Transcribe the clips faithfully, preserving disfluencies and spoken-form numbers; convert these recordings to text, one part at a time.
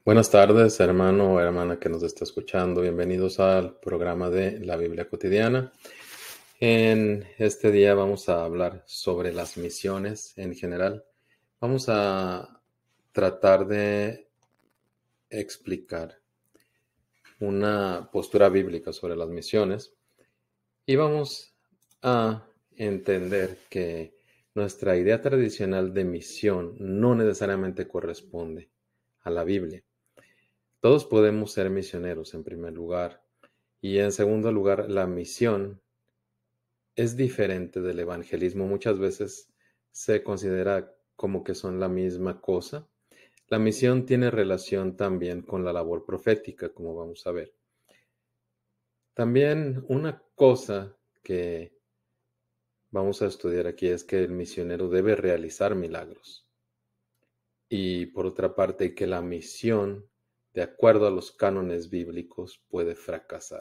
Buenas tardes, hermano o hermana que nos está escuchando. Bienvenidos al programa de la Biblia Cotidiana. En este día vamos a hablar sobre las misiones en general. Vamos a tratar de explicar una postura bíblica sobre las misiones y vamos a entender que nuestra idea tradicional de misión no necesariamente corresponde a la Biblia. Todos podemos ser misioneros en primer lugar, y en segundo lugar, la misión es diferente del evangelismo. Muchas veces se considera como que son la misma cosa. La misión tiene relación también con la labor profética, como vamos a ver. También una cosa que vamos a estudiar aquí es que el misionero debe realizar milagros. Y por otra parte, que la misión, de acuerdo a los cánones bíblicos, puede fracasar.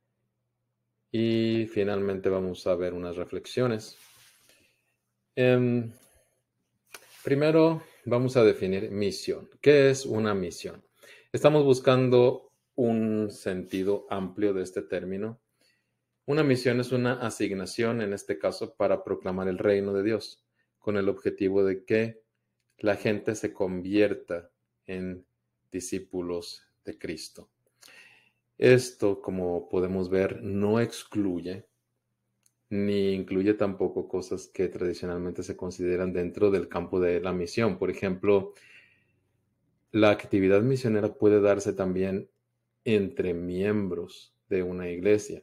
Y finalmente vamos a ver unas reflexiones. Eh, primero vamos a definir misión. ¿Qué es una misión? Estamos buscando un sentido amplio de este término. Una misión es una asignación, en este caso, para proclamar el reino de Dios, con el objetivo de que la gente se convierta en discípulos de Cristo. Esto, como podemos ver, no excluye ni incluye tampoco cosas que tradicionalmente se consideran dentro del campo de la misión. Por ejemplo, la actividad misionera puede darse también entre miembros de una iglesia,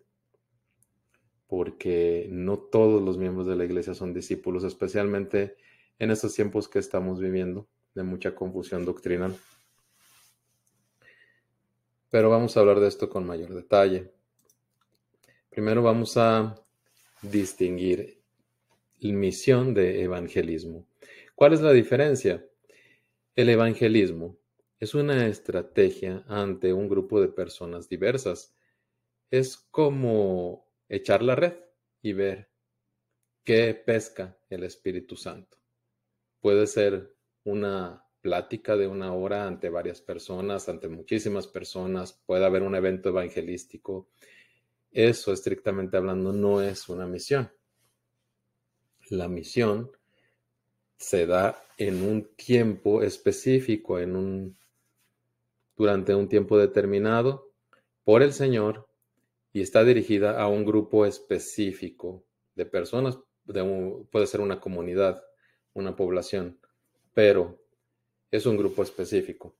porque no todos los miembros de la iglesia son discípulos, especialmente en estos tiempos que estamos viviendo de mucha confusión doctrinal. Pero vamos a hablar de esto con mayor detalle. Primero vamos a distinguir misión de evangelismo. ¿Cuál es la diferencia? El evangelismo es una estrategia ante un grupo de personas diversas. Es como echar la red y ver qué pesca el Espíritu Santo. Puede ser una plática de una hora ante varias personas, ante muchísimas personas. Puede haber un evento evangelístico. Eso, estrictamente hablando, no es una misión. La misión se da en un tiempo específico, en un, durante un tiempo determinado por el Señor, y está dirigida a un grupo específico de personas. De un, puede ser una comunidad, una población, pero es un grupo específico.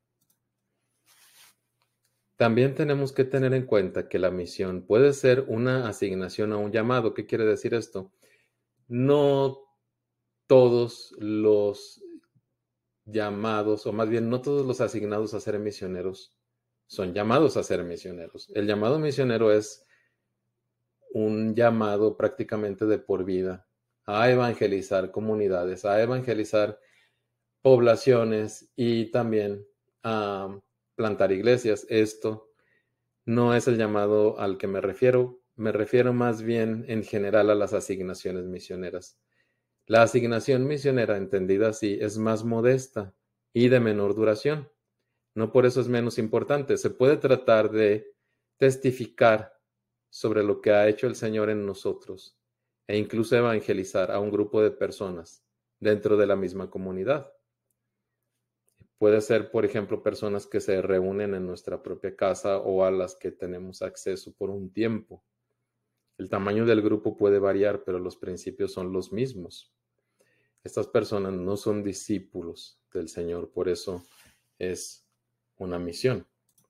También tenemos que tener en cuenta que la misión puede ser una asignación a un llamado. ¿Qué quiere decir esto? No todos los llamados, o más bien no todos los asignados a ser misioneros son llamados a ser misioneros. El llamado misionero es un llamado prácticamente de por vida a evangelizar comunidades, a evangelizar poblaciones y también a plantar iglesias. Esto no es el llamado al que me refiero. Me refiero más bien en general a las asignaciones misioneras. La asignación misionera, entendida así, es más modesta y de menor duración. No por eso es menos importante. Se puede tratar de testificar sobre lo que ha hecho el Señor en nosotros e incluso evangelizar a un grupo de personas dentro de la misma comunidad. Puede ser, por ejemplo, personas que se reúnen en nuestra propia casa o a las que tenemos acceso por un tiempo. El tamaño del grupo puede variar, pero los principios son los mismos. Estas personas no son discípulos del Señor, por eso es una misión.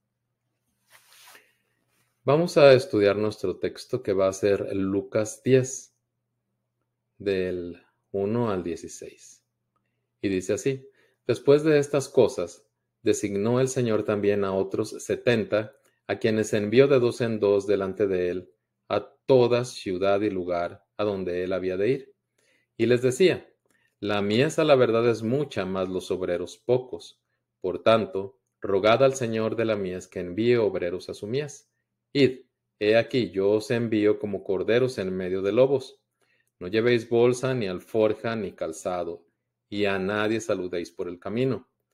Vamos a estudiar nuestro texto, que va a ser Lucas diez, del uno al dieciséis. Y dice así: después de estas cosas, designó el Señor también a otros setenta, a quienes envió de dos en dos delante de él, a toda ciudad y lugar a donde él había de ir. Y les decía: la mies a la verdad es mucha, mas los obreros pocos. Por tanto, rogad al Señor de la mies que envíe obreros a su mies. Id, he aquí, yo os envío como corderos en medio de lobos. No llevéis bolsa, ni alforja, ni calzado, y a nadie saludéis por el camino.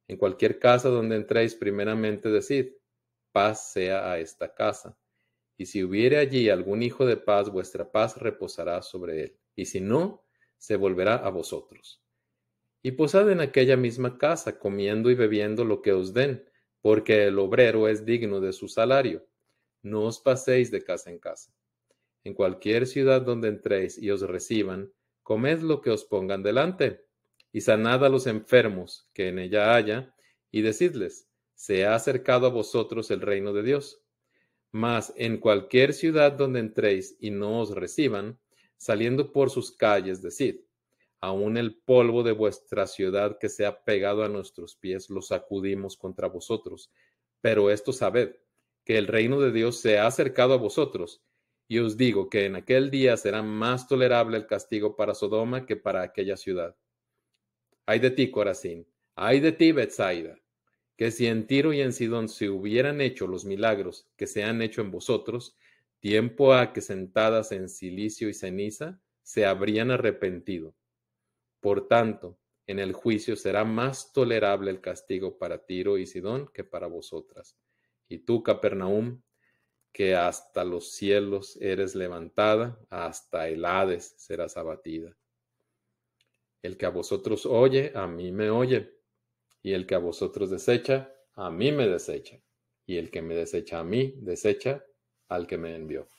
En cualquier casa donde entréis, primeramente decid, paz sea a esta casa. Y si hubiere allí algún hijo de paz, vuestra paz reposará sobre él. Y si no, se volverá a vosotros. Y posad en aquella misma casa, comiendo y bebiendo lo que os den, porque el obrero es digno de su salario. No os paséis de casa en casa. En cualquier ciudad donde entréis y os reciban, comed lo que os pongan delante, y sanad a los enfermos que en ella haya, y decidles, se ha acercado a vosotros el reino de Dios. Mas en cualquier ciudad donde entréis y no os reciban, saliendo por sus calles, decid, aun el polvo de vuestra ciudad que se ha pegado a nuestros pies lo sacudimos contra vosotros. Pero esto sabed, que el reino de Dios se ha acercado a vosotros. Y os digo que en aquel día será más tolerable el castigo para Sodoma que para aquella ciudad. Ay de ti, Corazín, ay de ti, Betsaida, que si en Tiro y en Sidón se hubieran hecho los milagros que se han hecho en vosotros, tiempo ha que sentadas en cilicio y ceniza se habrían arrepentido. Por tanto, en el juicio será más tolerable el castigo para Tiro y Sidón que para vosotras. Y tú, Capernaum, que hasta los cielos eres levantada, hasta el Hades serás abatida. El que a vosotros oye, a mí me oye, y el que a vosotros desecha, a mí me desecha, y el que me desecha a mí, desecha al que me envió.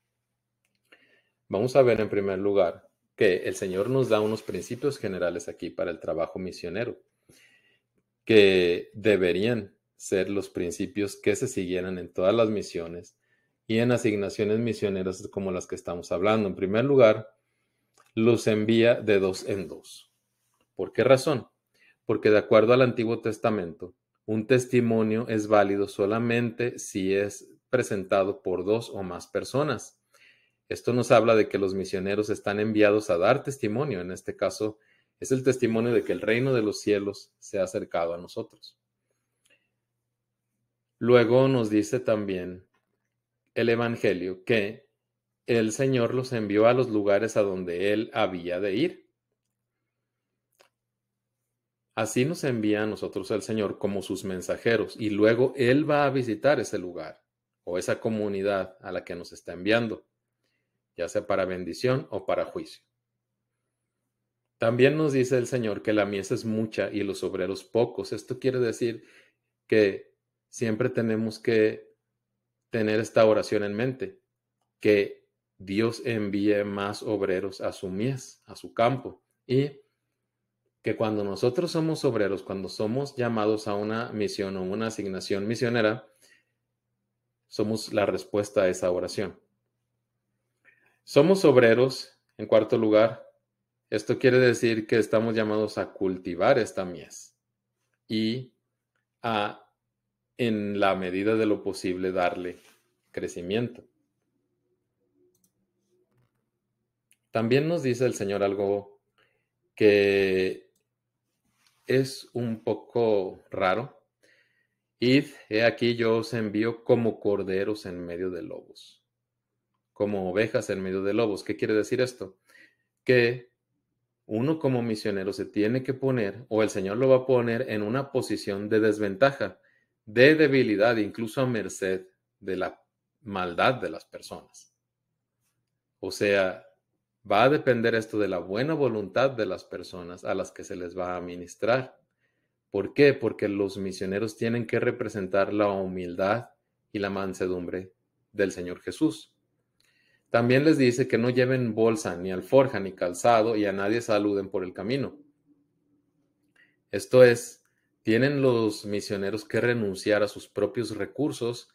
Vamos a ver en primer lugar que el Señor nos da unos principios generales aquí para el trabajo misionero, que deberían ser los principios que se siguieran en todas las misiones y en asignaciones misioneras como las que estamos hablando. En primer lugar, los envía de dos en dos. ¿Por qué razón? Porque de acuerdo al Antiguo Testamento, un testimonio es válido solamente si es presentado por dos o más personas. Esto nos habla de que los misioneros están enviados a dar testimonio. En este caso, es el testimonio de que el reino de los cielos se ha acercado a nosotros. Luego nos dice también el Evangelio que el Señor los envió a los lugares a donde Él había de ir. Así nos envía a nosotros el Señor como sus mensajeros y luego Él va a visitar ese lugar o esa comunidad a la que nos está enviando, ya sea para bendición o para juicio. También nos dice el Señor que la mies es mucha y los obreros pocos. Esto quiere decir que siempre tenemos que tener esta oración en mente, que Dios envíe más obreros a su mies, a su campo, y que cuando nosotros somos obreros, cuando somos llamados a una misión o una asignación misionera, somos la respuesta a esa oración. Somos obreros, en cuarto lugar. Esto quiere decir que estamos llamados a cultivar esta mies y a, en la medida de lo posible, darle crecimiento. También nos dice el Señor algo que es un poco raro. Id, he aquí yo os envío como corderos en medio de lobos, como ovejas en medio de lobos. ¿Qué quiere decir esto? Que uno como misionero se tiene que poner, o el Señor lo va a poner en una posición de desventaja, de debilidad, incluso a merced de la maldad de las personas. O sea, va a depender esto de la buena voluntad de las personas a las que se les va a ministrar. ¿Por qué? Porque los misioneros tienen que representar la humildad y la mansedumbre del Señor Jesús. También les dice que no lleven bolsa, ni alforja, ni calzado, y a nadie saluden por el camino. Esto es, tienen los misioneros que renunciar a sus propios recursos.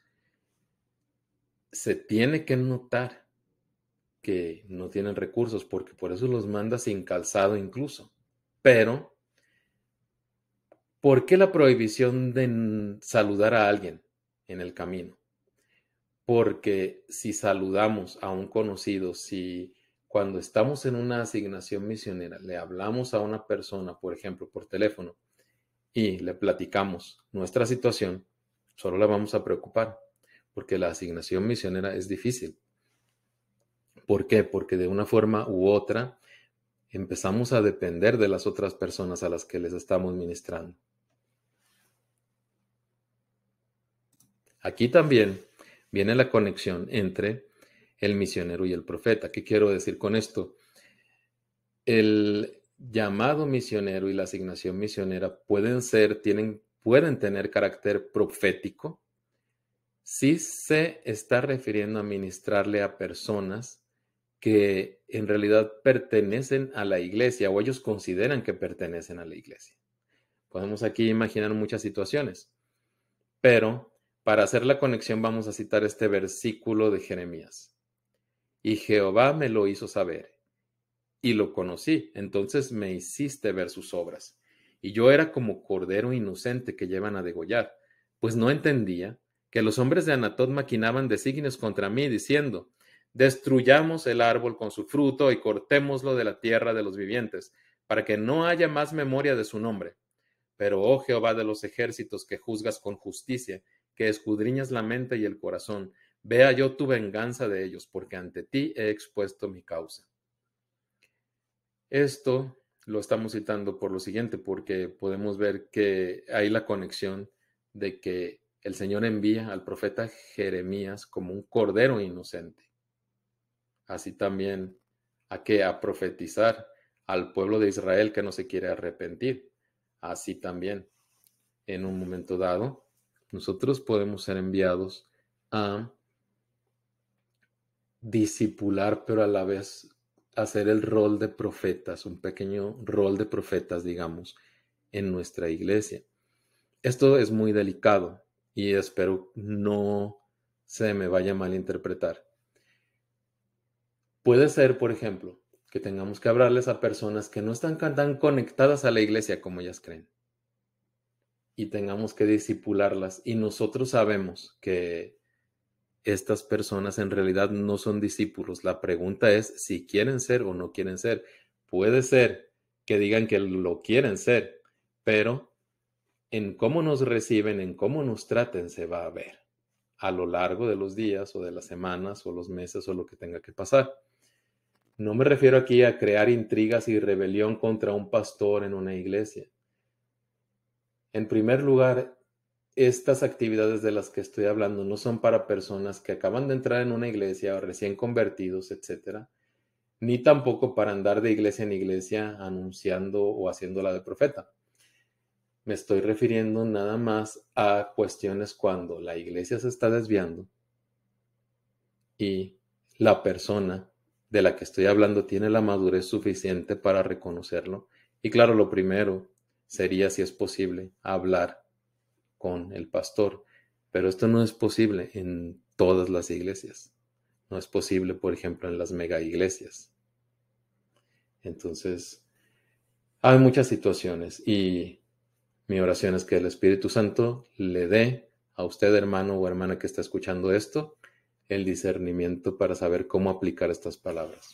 Se tiene que notar que no tienen recursos, porque por eso los manda sin calzado incluso. Pero, ¿por qué la prohibición de saludar a alguien en el camino? Porque si saludamos a un conocido, si cuando estamos en una asignación misionera le hablamos a una persona, por ejemplo, por teléfono, y le platicamos nuestra situación, solo la vamos a preocupar, porque la asignación misionera es difícil. ¿Por qué? Porque de una forma u otra empezamos a depender de las otras personas a las que les estamos ministrando. Aquí también viene la conexión entre el misionero y el profeta. ¿Qué quiero decir con esto? El llamado misionero y la asignación misionera pueden ser, tienen, pueden tener carácter profético si se está refiriendo a ministrarle a personas que en realidad pertenecen a la iglesia o ellos consideran que pertenecen a la iglesia. Podemos aquí imaginar muchas situaciones, pero para hacer la conexión vamos a citar este versículo de Jeremías. Y Jehová me lo hizo saber, y lo conocí, entonces me hiciste ver sus obras. Y yo era como cordero inocente que llevan a degollar, pues no entendía que los hombres de Anatot maquinaban designios contra mí, diciendo, destruyamos el árbol con su fruto y cortémoslo de la tierra de los vivientes, para que no haya más memoria de su nombre. Pero, oh Jehová de los ejércitos, que juzgas con justicia, que escudriñas la mente y el corazón, vea yo tu venganza de ellos, porque ante ti he expuesto mi causa. Esto lo estamos citando por lo siguiente, porque podemos ver que hay la conexión de que el Señor envía al profeta Jeremías como un cordero inocente. Así también a que a profetizar al pueblo de Israel que no se quiere arrepentir. Así también, en un momento dado, nosotros podemos ser enviados a discipular, pero a la vez hacer el rol de profetas, un pequeño rol de profetas, digamos, en nuestra iglesia. Esto es muy delicado y espero no se me vaya a malinterpretar. Puede ser, por ejemplo, que tengamos que hablarles a personas que no están tan conectadas a la iglesia como ellas creen y tengamos que discipularlas y nosotros sabemos que estas personas en realidad no son discípulos. La pregunta es si quieren ser o no quieren ser. Puede ser que digan que lo quieren ser, pero en cómo nos reciben, en cómo nos traten, se va a ver a lo largo de los días o de las semanas o los meses o lo que tenga que pasar. No me refiero aquí a crear intrigas y rebelión contra un pastor en una iglesia. En primer lugar, estas actividades de las que estoy hablando no son para personas que acaban de entrar en una iglesia o recién convertidos, etcétera, ni tampoco para andar de iglesia en iglesia anunciando o haciéndola de profeta. Me estoy refiriendo nada más a cuestiones cuando la iglesia se está desviando y la persona de la que estoy hablando tiene la madurez suficiente para reconocerlo. Y claro, lo primero sería, si es posible, hablar con el pastor, pero esto no es posible en todas las iglesias. No es posible, por ejemplo, en las mega iglesias. Entonces, hay muchas situaciones y mi oración es que el Espíritu Santo le dé a usted, hermano o hermana que está escuchando esto, el discernimiento para saber cómo aplicar estas palabras.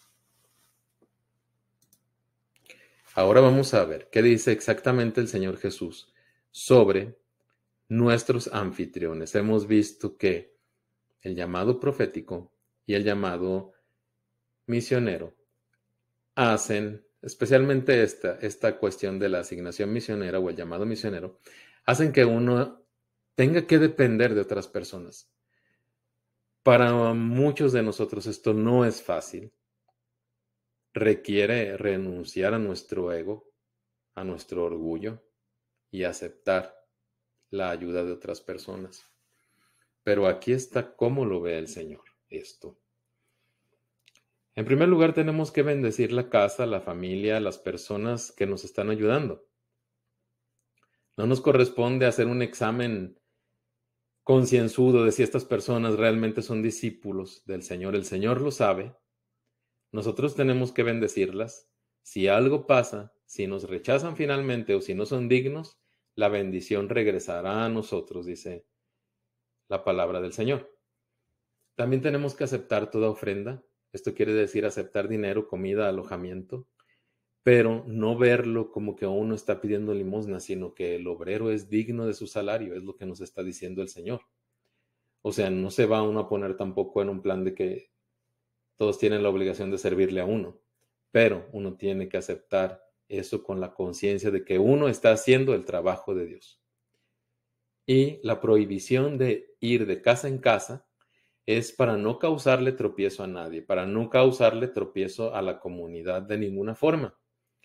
Ahora vamos a ver qué dice exactamente el Señor Jesús sobre nuestros anfitriones. Hemos visto que el llamado profético y el llamado misionero hacen, especialmente esta, esta cuestión de la asignación misionera o el llamado misionero, hacen que uno tenga que depender de otras personas. Para muchos de nosotros esto no es fácil. Requiere renunciar a nuestro ego, a nuestro orgullo y aceptar la ayuda de otras personas. Pero aquí está cómo lo ve el Señor esto. En primer lugar, tenemos que bendecir la casa, la familia, las personas que nos están ayudando. No nos corresponde hacer un examen concienzudo de si estas personas realmente son discípulos del Señor. El Señor lo sabe. Nosotros tenemos que bendecirlas. Si algo pasa, si nos rechazan finalmente o si no son dignos, la bendición regresará a nosotros, dice la palabra del Señor. También tenemos que aceptar toda ofrenda. Esto quiere decir aceptar dinero, comida, alojamiento, pero no verlo como que uno está pidiendo limosna, sino que el obrero es digno de su salario, es lo que nos está diciendo el Señor. O sea, no se va uno a poner tampoco en un plan de que todos tienen la obligación de servirle a uno, pero uno tiene que aceptar eso con la conciencia de que uno está haciendo el trabajo de Dios. Y la prohibición de ir de casa en casa es para no causarle tropiezo a nadie, para no causarle tropiezo a la comunidad de ninguna forma.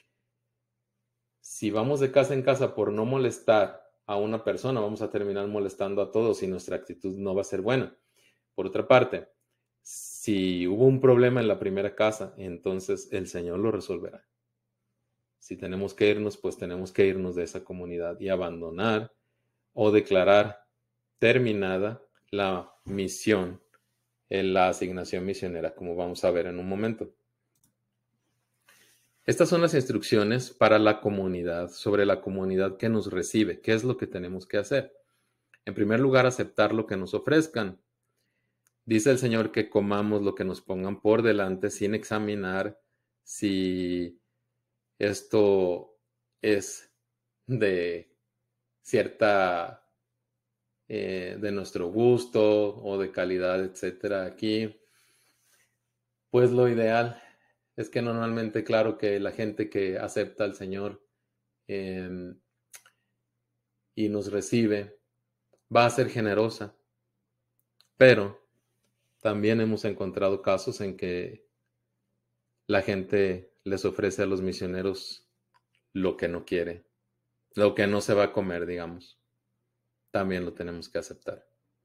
Si vamos de casa en casa por no molestar a una persona, vamos a terminar molestando a todos y nuestra actitud no va a ser buena. Por otra parte, si hubo un problema en la primera casa, entonces el Señor lo resolverá. Si tenemos que irnos, pues tenemos que irnos de esa comunidad y abandonar o declarar terminada la misión, en la asignación misionera, como vamos a ver en un momento. Estas son las instrucciones para la comunidad, sobre la comunidad que nos recibe. ¿Qué es lo que tenemos que hacer? En primer lugar, aceptar lo que nos ofrezcan. Dice el Señor que comamos lo que nos pongan por delante sin examinar si esto es de cierta, eh, de nuestro gusto o de calidad, etcétera. Aquí, pues lo ideal es que normalmente, claro, que la gente que acepta al Señor eh, y nos recibe va a ser generosa, pero también hemos encontrado casos en que la gente les ofrece a los misioneros lo que no quiere, lo que no se va a comer, digamos. También lo tenemos que aceptar.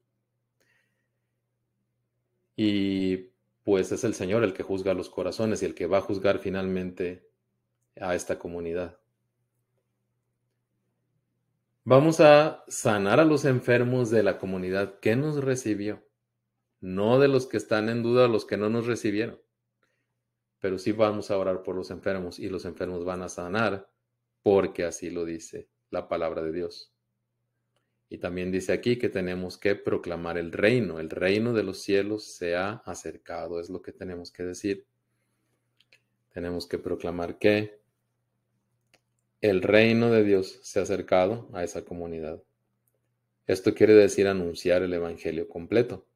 Y pues es el Señor el que juzga los corazones y el que va a juzgar finalmente a esta comunidad. Vamos a sanar a los enfermos de la comunidad que nos recibió, no de los que están en duda, los que no nos recibieron. Pero sí vamos a orar por los enfermos y los enfermos van a sanar porque así lo dice la palabra de Dios. Y también dice aquí que tenemos que proclamar el reino. El reino de los cielos se ha acercado, es lo que tenemos que decir. Tenemos que proclamar que el reino de Dios se ha acercado a esa comunidad. Esto quiere decir anunciar el evangelio completo.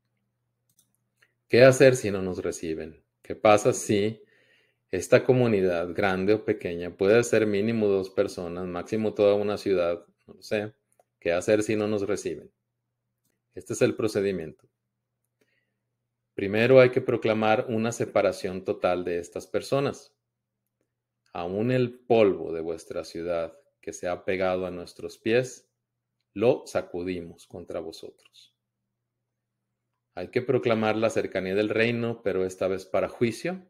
¿Qué hacer si no nos reciben? ¿Qué pasa si esta comunidad, grande o pequeña, puede ser mínimo dos personas, máximo toda una ciudad? No lo sé. ¿Qué hacer si no nos reciben? Este es el procedimiento. Primero hay que proclamar una separación total de estas personas. Aún el polvo de vuestra ciudad que se ha pegado a nuestros pies, lo sacudimos contra vosotros. Hay que proclamar la cercanía del reino, pero esta vez para juicio.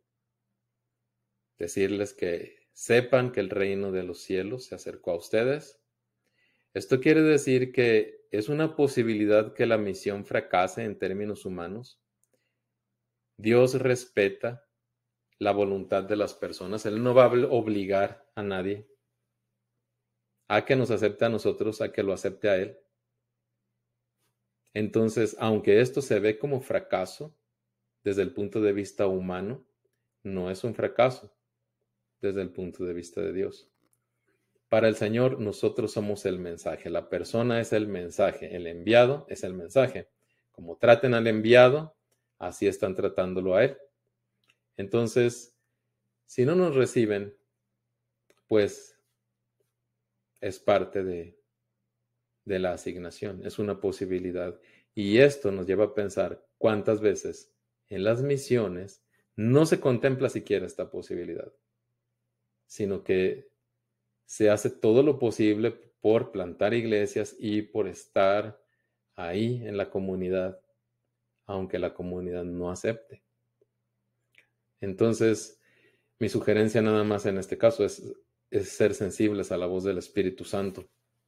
Decirles que sepan que el reino de los cielos se acercó a ustedes. Esto quiere decir que es una posibilidad que la misión fracase en términos humanos. Dios respeta la voluntad de las personas. Él no va a obligar a nadie a que nos acepte a nosotros, a que lo acepte a Él. Entonces, aunque esto se ve como fracaso desde el punto de vista humano, no es un fracaso desde el punto de vista de Dios. Para el Señor, nosotros somos el mensaje. La persona es el mensaje. El enviado es el mensaje. Como traten al enviado, así están tratándolo a Él. Entonces, si no nos reciben, pues es parte de, de la asignación. Es una posibilidad. Y esto nos lleva a pensar cuántas veces en las misiones no se contempla siquiera esta posibilidad, sino que se hace todo lo posible por plantar iglesias y por estar ahí en la comunidad, aunque la comunidad no acepte. Entonces, mi sugerencia nada más en este caso es, es ser sensibles a la voz del Espíritu Santo.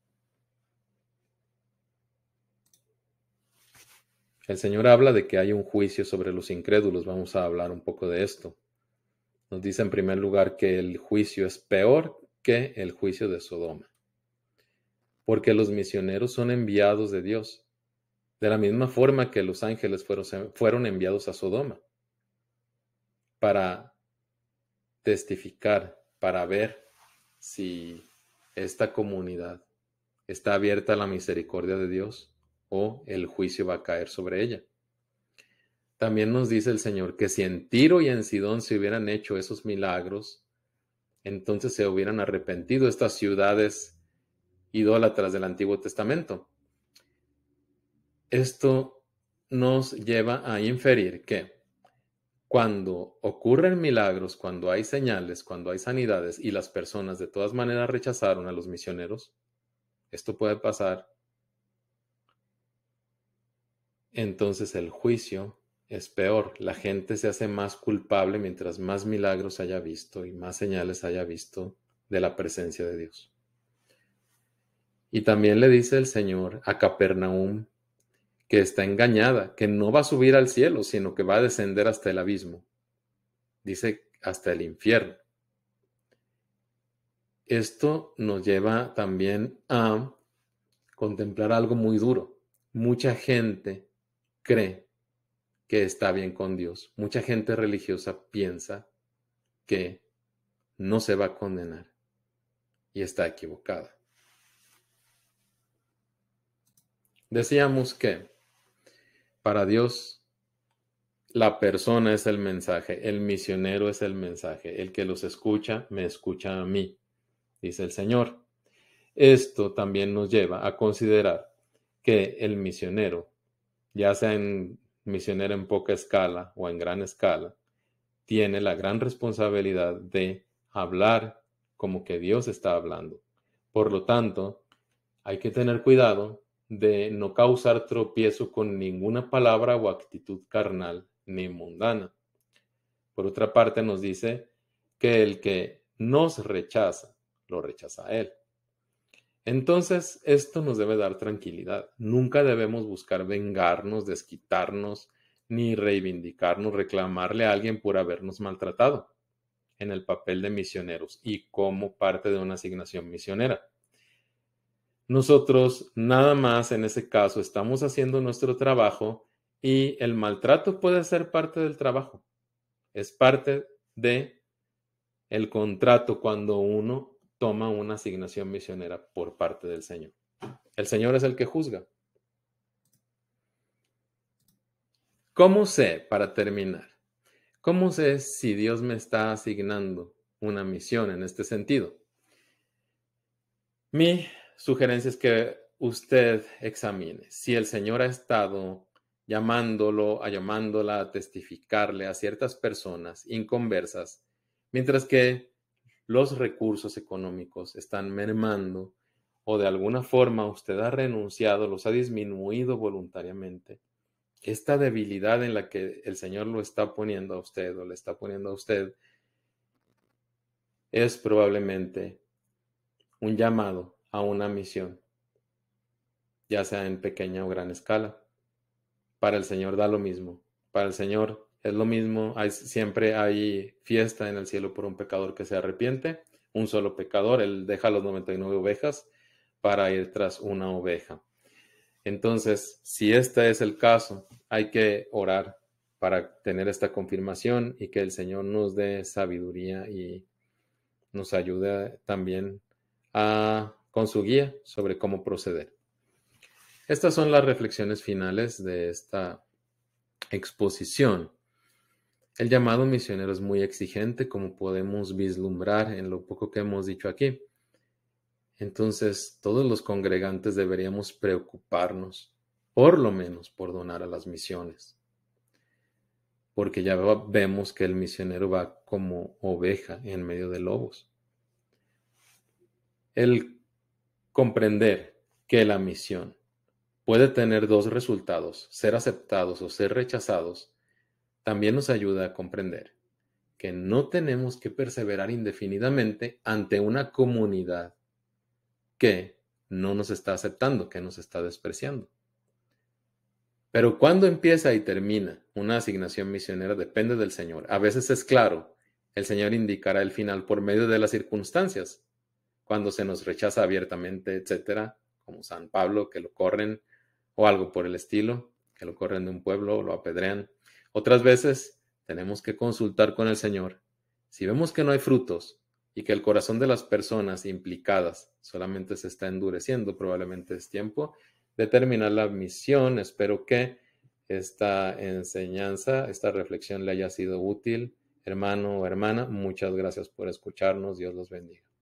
El Señor habla de que hay un juicio sobre los incrédulos. Vamos a hablar un poco de esto. Nos dice en primer lugar que el juicio es peor que el juicio de Sodoma, porque los misioneros son enviados de Dios, de la misma forma que los ángeles fueron, fueron enviados a Sodoma, para testificar, para ver si esta comunidad está abierta a la misericordia de Dios o el juicio va a caer sobre ella. También nos dice el Señor que si en Tiro y en Sidón se hubieran hecho esos milagros, entonces se hubieran arrepentido estas ciudades idólatras del Antiguo Testamento. Esto nos lleva a inferir que cuando ocurren milagros, cuando hay señales, cuando hay sanidades y las personas de todas maneras rechazaron a los misioneros, esto puede pasar. Entonces el juicio es peor. La gente se hace más culpable mientras más milagros haya visto y más señales haya visto de la presencia de Dios. Y también le dice el Señor a Capernaum que está engañada, que no va a subir al cielo, sino que va a descender hasta el abismo. Dice hasta el infierno. Esto nos lleva también a contemplar algo muy duro. Mucha gente cree que está bien con Dios. Mucha gente religiosa piensa que no se va a condenar y está equivocada. Decíamos que para Dios la persona es el mensaje, el misionero es el mensaje, el que los escucha me escucha a mí, dice el Señor. Esto también nos lleva a considerar que el misionero, ya sea en misionero en poca escala o en gran escala, tiene la gran responsabilidad de hablar como que Dios está hablando. Por lo tanto, hay que tener cuidado de no causar tropiezo con ninguna palabra o actitud carnal ni mundana. Por otra parte, nos dice que el que nos rechaza, lo rechaza a Él. Entonces, esto nos debe dar tranquilidad. Nunca debemos buscar vengarnos, desquitarnos, ni reivindicarnos, reclamarle a alguien por habernos maltratado en el papel de misioneros y como parte de una asignación misionera. Nosotros nada más en ese caso estamos haciendo nuestro trabajo y el maltrato puede ser parte del trabajo. Es parte de el contrato cuando uno toma una asignación misionera por parte del Señor. El Señor es el que juzga. ¿Cómo sé, para terminar, cómo sé si Dios me está asignando una misión en este sentido? Mi sugerencia es que usted examine si el Señor ha estado llamándolo, a llamándola a testificarle a ciertas personas inconversas, mientras que los recursos económicos están mermando o de alguna forma usted ha renunciado, los ha disminuido voluntariamente. Esta debilidad en la que el Señor lo está poniendo a usted o le está poniendo a usted es probablemente un llamado a una misión, ya sea en pequeña o gran escala. Para el Señor da lo mismo. Para el Señor es lo mismo. Hay, siempre hay fiesta en el cielo por un pecador que se arrepiente. Un solo pecador, Él deja las noventa y nueve ovejas para ir tras una oveja. Entonces, si este es el caso, hay que orar para tener esta confirmación y que el Señor nos dé sabiduría y nos ayude también a, con su guía sobre cómo proceder. Estas son las reflexiones finales de esta exposición. El llamado misionero es muy exigente, como podemos vislumbrar en lo poco que hemos dicho aquí. Entonces, todos los congregantes deberíamos preocuparnos, por lo menos, por donar a las misiones. Porque ya vemos que el misionero va como oveja en medio de lobos. El comprender que la misión puede tener dos resultados, ser aceptados o ser rechazados, también nos ayuda a comprender que no tenemos que perseverar indefinidamente ante una comunidad que no nos está aceptando, que nos está despreciando. Pero cuándo empieza y termina una asignación misionera depende del Señor. A veces es claro, el Señor indicará el final por medio de las circunstancias, cuando se nos rechaza abiertamente, etcétera, como San Pablo, que lo corren, o algo por el estilo, que lo corren de un pueblo o lo apedrean. Otras veces tenemos que consultar con el Señor. Si vemos que no hay frutos y que el corazón de las personas implicadas solamente se está endureciendo, probablemente es tiempo de terminar la misión. Espero que esta enseñanza, esta reflexión le haya sido útil. Hermano o hermana, muchas gracias por escucharnos. Dios los bendiga.